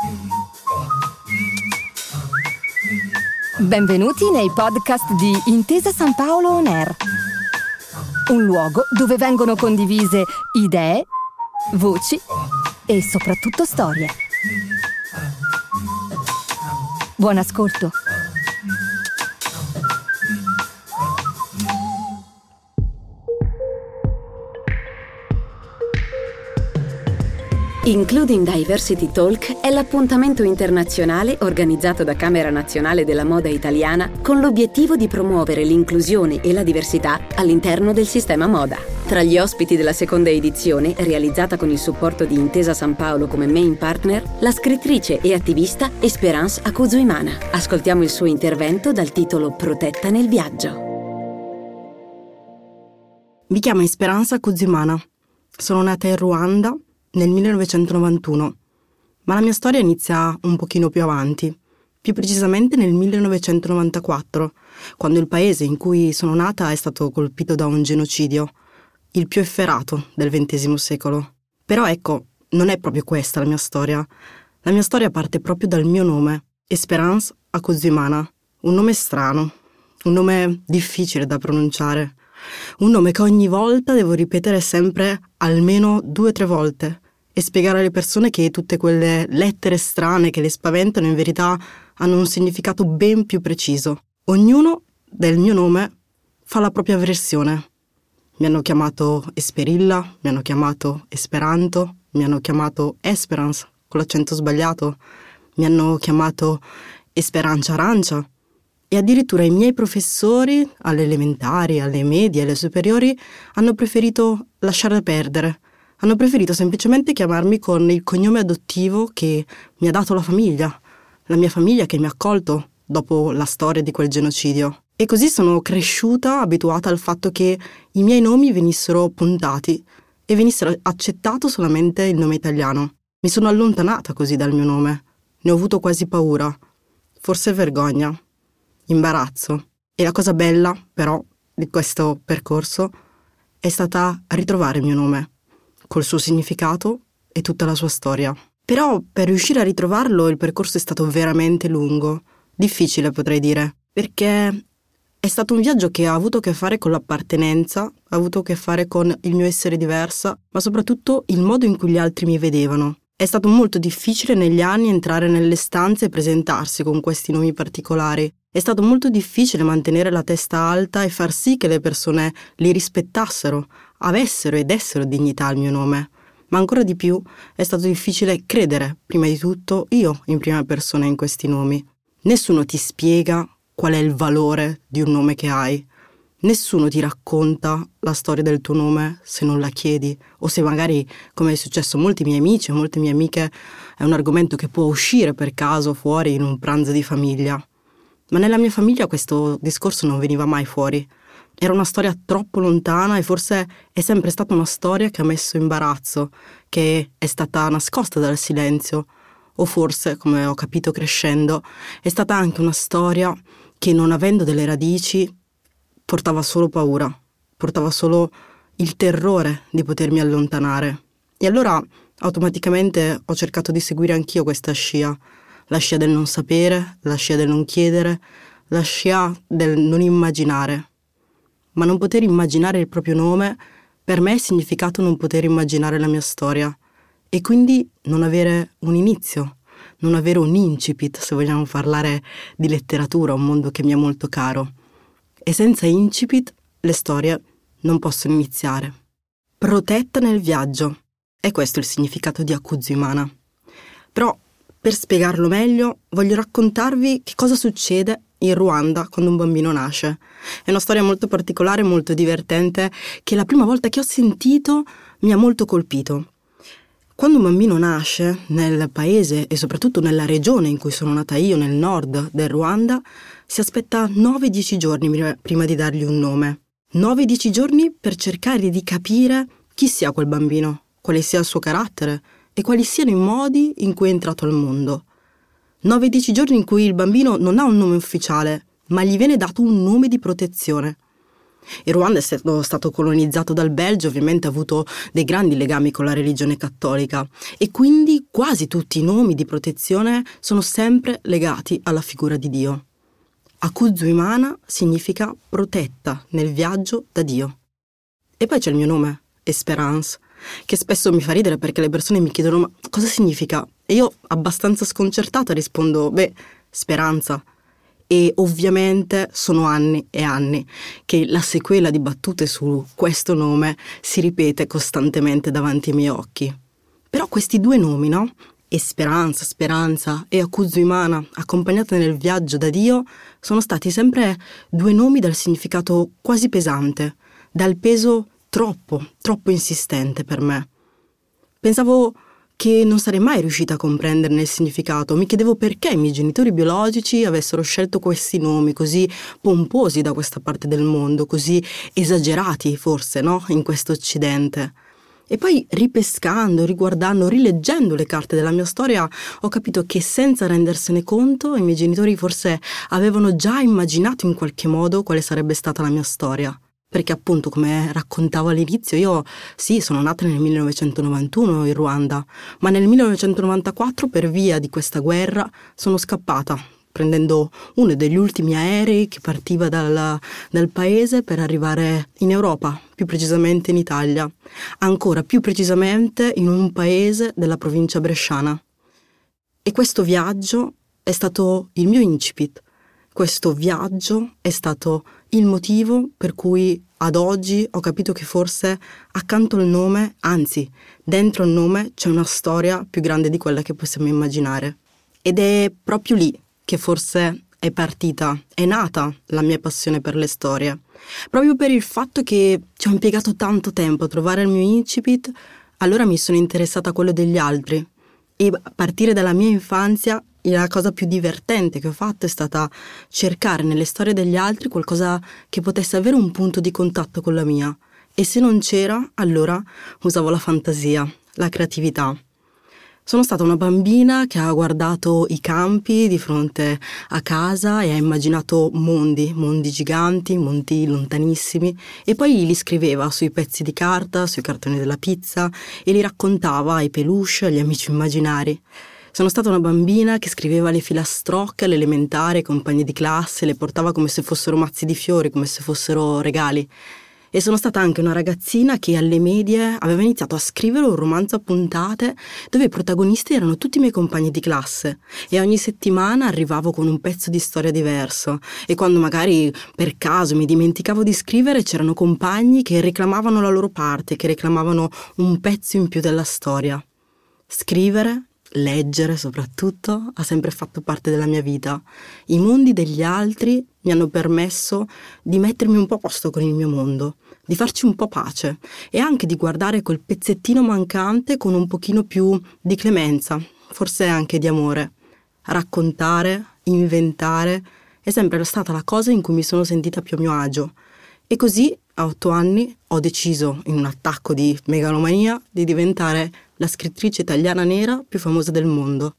Benvenuti nei podcast di Intesa San Paolo On Air, un luogo dove vengono condivise idee, voci e soprattutto storie. Buon ascolto. Including Diversity Talk è l'appuntamento internazionale organizzato da Camera Nazionale della Moda Italiana con l'obiettivo di promuovere l'inclusione e la diversità all'interno del sistema moda. Tra gli ospiti della seconda edizione, realizzata con il supporto di Intesa San Paolo come main partner, la scrittrice e attivista Esperance Akuzuimana. Ascoltiamo il suo intervento dal titolo Protetta nel viaggio. Mi chiamo Esperance Akuzuimana. Sono nata in Ruanda nel 1991, ma la mia storia inizia un pochino più avanti, più precisamente nel 1994, quando il paese in cui sono nata è stato colpito da un genocidio, il più efferato del XX secolo. Però ecco, non è proprio questa la mia storia. La mia storia parte proprio dal mio nome, Esperance Akuzuimana, un nome strano, un nome difficile da pronunciare, un nome che ogni volta devo ripetere sempre almeno 2 o 3 volte, e spiegare alle persone che tutte quelle lettere strane che le spaventano in verità hanno un significato ben più preciso. Ognuno del mio nome fa la propria versione. Mi hanno chiamato Esperilla, mi hanno chiamato Esperanto, mi hanno chiamato Esperance con l'accento sbagliato, mi hanno chiamato Esperancia Arancia, e addirittura i miei professori alle elementari, alle medie, alle superiori hanno preferito lasciare perdere. Hanno preferito semplicemente chiamarmi con il cognome adottivo che mi ha dato la mia famiglia che mi ha accolto dopo la storia di quel genocidio. E così sono cresciuta abituata al fatto che i miei nomi venissero puntati e venissero accettato solamente il nome italiano. Mi sono allontanata così dal mio nome. Ne ho avuto quasi paura, forse vergogna, imbarazzo. E la cosa bella, però, di questo percorso è stata ritrovare il mio nome, col suo significato e tutta la sua storia. Però per riuscire a ritrovarlo il percorso è stato veramente lungo, difficile potrei dire, perché è stato un viaggio che ha avuto a che fare con l'appartenenza, ha avuto a che fare con il mio essere diversa, ma soprattutto il modo in cui gli altri mi vedevano. È stato molto difficile negli anni entrare nelle stanze e presentarsi con questi nomi particolari. È stato molto difficile mantenere la testa alta e far sì che le persone li rispettassero, avessero e dessero dignità al mio nome. Ma ancora di più è stato difficile credere, prima di tutto, io in prima persona in questi nomi. Nessuno ti spiega qual è il valore di un nome che hai. Nessuno ti racconta la storia del tuo nome se non la chiedi, o se magari, come è successo a molti miei amici e molte mie amiche, è un argomento che può uscire per caso fuori in un pranzo di famiglia. Ma nella mia famiglia questo discorso non veniva mai fuori. Era una storia troppo lontana e forse è sempre stata una storia che ha messo imbarazzo, che è stata nascosta dal silenzio. O forse, come ho capito crescendo, è stata anche una storia che, non avendo delle radici, portava solo paura, portava solo il terrore di potermi allontanare. E allora automaticamente ho cercato di seguire anch'io questa scia, la scia del non sapere, la scia del non chiedere, la scia del non immaginare. Ma non poter immaginare il proprio nome per me è significato non poter immaginare la mia storia e quindi non avere un inizio, non avere un incipit, se vogliamo parlare di letteratura, un mondo che mi è molto caro. E senza incipit le storie non possono iniziare. Protetta nel viaggio. È questo il significato di Akuzuimana. Però, per spiegarlo meglio, voglio raccontarvi che cosa succede in Ruanda quando un bambino nasce. È una storia molto particolare, molto divertente, che la prima volta che ho sentito mi ha molto colpito. Quando un bambino nasce nel paese e soprattutto nella regione in cui sono nata io, nel nord del Ruanda, si aspetta 9-10 giorni prima di dargli un nome. 9-10 giorni per cercare di capire chi sia quel bambino, quale sia il suo carattere e quali siano i modi in cui è entrato al mondo. 9-10 giorni in cui il bambino non ha un nome ufficiale, ma gli viene dato un nome di protezione. Il Ruanda, essendo stato colonizzato dal Belgio, ovviamente ha avuto dei grandi legami con la religione cattolica e quindi quasi tutti i nomi di protezione sono sempre legati alla figura di Dio. Akuzzuimana significa protetta nel viaggio da Dio. E poi c'è il mio nome, Esperance, che spesso mi fa ridere perché le persone mi chiedono ma cosa significa? E io, abbastanza sconcertata, rispondo speranza. E ovviamente sono anni e anni che la sequela di battute su questo nome si ripete costantemente davanti ai miei occhi. Però questi due nomi, no? Speranza e Akuzzuimana, accompagnate nel viaggio da Dio, sono stati sempre due nomi dal significato quasi pesante, dal peso troppo insistente per me. Pensavo che non sarei mai riuscita a comprenderne il significato. Mi chiedevo perché i miei genitori biologici avessero scelto questi nomi così pomposi da questa parte del mondo, così esagerati forse, no? In questo Occidente. E poi ripescando, riguardando, rileggendo le carte della mia storia, ho capito che senza rendersene conto i miei genitori forse avevano già immaginato in qualche modo quale sarebbe stata la mia storia. Perché appunto, come raccontavo all'inizio, io sì, sono nata nel 1991 in Ruanda, ma nel 1994 per via di questa guerra sono scappata, prendendo uno degli ultimi aerei che partiva dal paese per arrivare in Europa, più precisamente in Italia, ancora più precisamente in un paese della provincia bresciana. E questo viaggio è stato il mio incipit. Questo viaggio è stato il motivo per cui ad oggi ho capito che forse accanto al nome, anzi, dentro il nome c'è una storia più grande di quella che possiamo immaginare. Ed è proprio lì che forse è nata la mia passione per le storie. Proprio per il fatto che ci ho impiegato tanto tempo a trovare il mio incipit, allora mi sono interessata a quello degli altri. E a partire dalla mia infanzia la cosa più divertente che ho fatto è stata cercare nelle storie degli altri qualcosa che potesse avere un punto di contatto con la mia. E se non c'era, allora usavo la fantasia, la creatività. Sono stata una bambina che ha guardato i campi di fronte a casa e ha immaginato mondi giganti, mondi lontanissimi, e poi li scriveva sui pezzi di carta, sui cartoni della pizza e li raccontava ai peluche, agli amici immaginari. Sono stata una bambina che scriveva le filastrocche all'elementare ai compagni di classe, le portava come se fossero mazzi di fiori, come se fossero regali. E sono stata anche una ragazzina che alle medie aveva iniziato a scrivere un romanzo a puntate dove i protagonisti erano tutti i miei compagni di classe e ogni settimana arrivavo con un pezzo di storia diverso e quando magari per caso mi dimenticavo di scrivere c'erano compagni che reclamavano la loro parte, che reclamavano un pezzo in più della storia. Scrivere, leggere soprattutto, ha sempre fatto parte della mia vita. I mondi degli altri mi hanno permesso di mettermi un po' a posto con il mio mondo, di farci un po' pace e anche di guardare quel pezzettino mancante con un pochino più di clemenza, forse anche di amore. Raccontare, inventare è sempre stata la cosa in cui mi sono sentita più a mio agio. E così, a 8 anni, ho deciso, in un attacco di megalomania, di diventare la scrittrice italiana nera più famosa del mondo.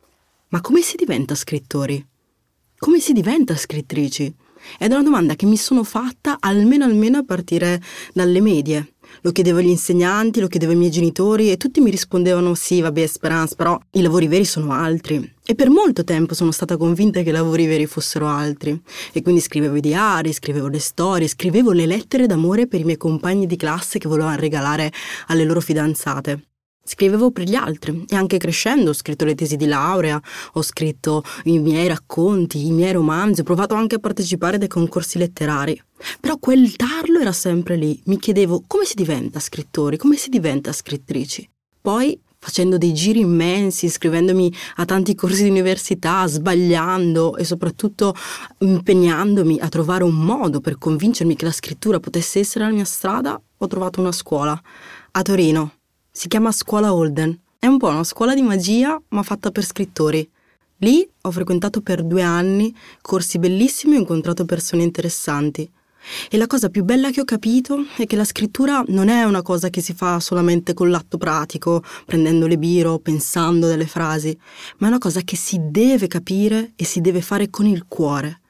Ma come si diventa scrittori? Come si diventa scrittrici? È una domanda che mi sono fatta almeno a partire dalle medie. Lo chiedevo agli insegnanti, lo chiedevo ai miei genitori e tutti mi rispondevano sì, vabbè, Speranza, però i lavori veri sono altri. E per molto tempo sono stata convinta che i lavori veri fossero altri. E quindi scrivevo i diari, scrivevo le storie, scrivevo le lettere d'amore per i miei compagni di classe che volevano regalare alle loro fidanzate. Scrivevo per gli altri e anche crescendo ho scritto le tesi di laurea, ho scritto i miei racconti, i miei romanzi, ho provato anche a partecipare a dei concorsi letterari. Però quel tarlo era sempre lì, mi chiedevo come si diventa scrittori, come si diventa scrittrici. Poi facendo dei giri immensi, iscrivendomi a tanti corsi di università, sbagliando e soprattutto impegnandomi a trovare un modo per convincermi che la scrittura potesse essere la mia strada, ho trovato una scuola a Torino. Si chiama Scuola Holden. È un po' una scuola di magia, ma fatta per scrittori. Lì ho frequentato per 2 anni corsi bellissimi e ho incontrato persone interessanti. E la cosa più bella che ho capito è che la scrittura non è una cosa che si fa solamente con l'atto pratico, prendendo le biro, pensando delle frasi, ma è una cosa che si deve capire e si deve fare con il cuore.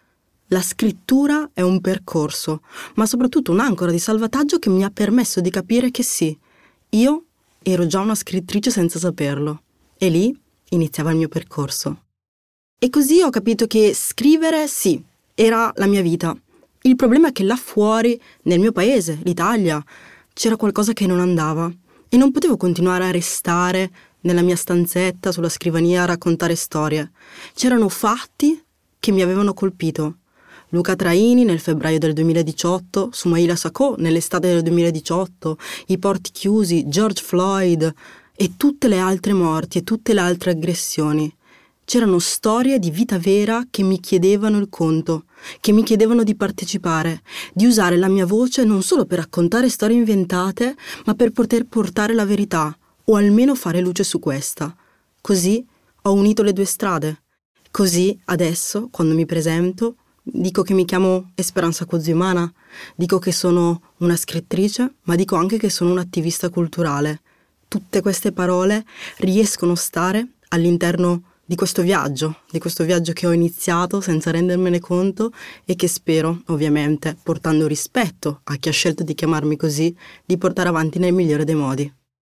La scrittura è un percorso, ma soprattutto un'ancora di salvataggio che mi ha permesso di capire che sì, io ero già una scrittrice senza saperlo. E lì iniziava il mio percorso. E così ho capito che scrivere, sì, era la mia vita. Il problema è che là fuori, nel mio paese, l'Italia, c'era qualcosa che non andava e non potevo continuare a restare nella mia stanzetta sulla scrivania a raccontare storie. C'erano fatti che mi avevano colpito. Luca Traini nel febbraio del 2018, Soumaïla Sacco nell'estate del 2018, i porti chiusi, George Floyd e tutte le altre morti e tutte le altre aggressioni. C'erano storie di vita vera che mi chiedevano il conto, che mi chiedevano di partecipare, di usare la mia voce non solo per raccontare storie inventate, ma per poter portare la verità, o almeno fare luce su questa. Così ho unito le due strade. Così adesso, quando mi presento, dico che mi chiamo Esperanza Kuzimana, dico che sono una scrittrice, ma dico anche che sono un'attivista culturale. Tutte queste parole riescono a stare all'interno di questo viaggio che ho iniziato senza rendermene conto e che spero, ovviamente, portando rispetto a chi ha scelto di chiamarmi così, di portare avanti nel migliore dei modi.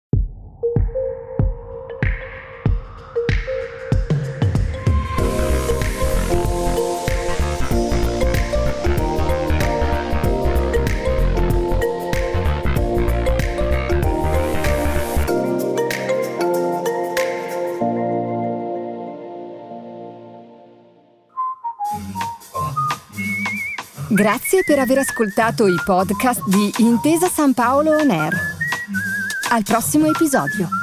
Grazie per aver ascoltato i podcast di Intesa San Paolo On Air. Al prossimo episodio.